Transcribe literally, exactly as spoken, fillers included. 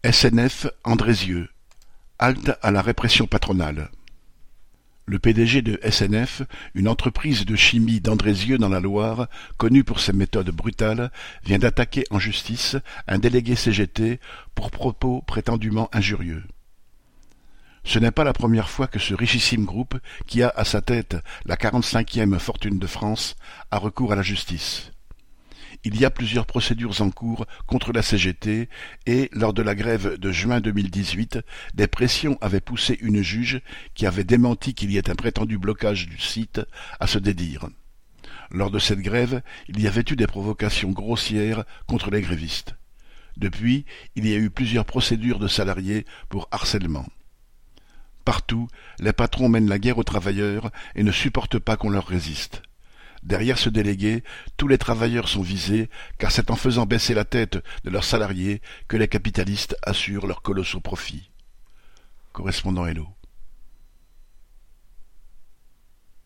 S N F Andrézieux, halte à la répression patronale. Le P D G de S N F, une entreprise de chimie d'Andrézieux dans la Loire, connue pour ses méthodes brutales, vient d'attaquer en justice un délégué C G T pour propos prétendument injurieux. Ce n'est pas la première fois que ce richissime groupe, qui a à sa tête la quarante-cinquième fortune de France, a recours à la justice. Il y a plusieurs procédures en cours contre la C G T et, lors de la grève de juin deux mille dix-huit, des pressions avaient poussé une juge qui avait démenti qu'il y ait un prétendu blocage du site à se dédire. Lors de cette grève, il y avait eu des provocations grossières contre les grévistes. Depuis, il y a eu plusieurs procédures de salariés pour harcèlement. Partout, les patrons mènent la guerre aux travailleurs et ne supportent pas qu'on leur résiste. Derrière ce délégué, tous les travailleurs sont visés, car c'est en faisant baisser la tête de leurs salariés que les capitalistes assurent leurs colossaux profits. Correspondant Hello.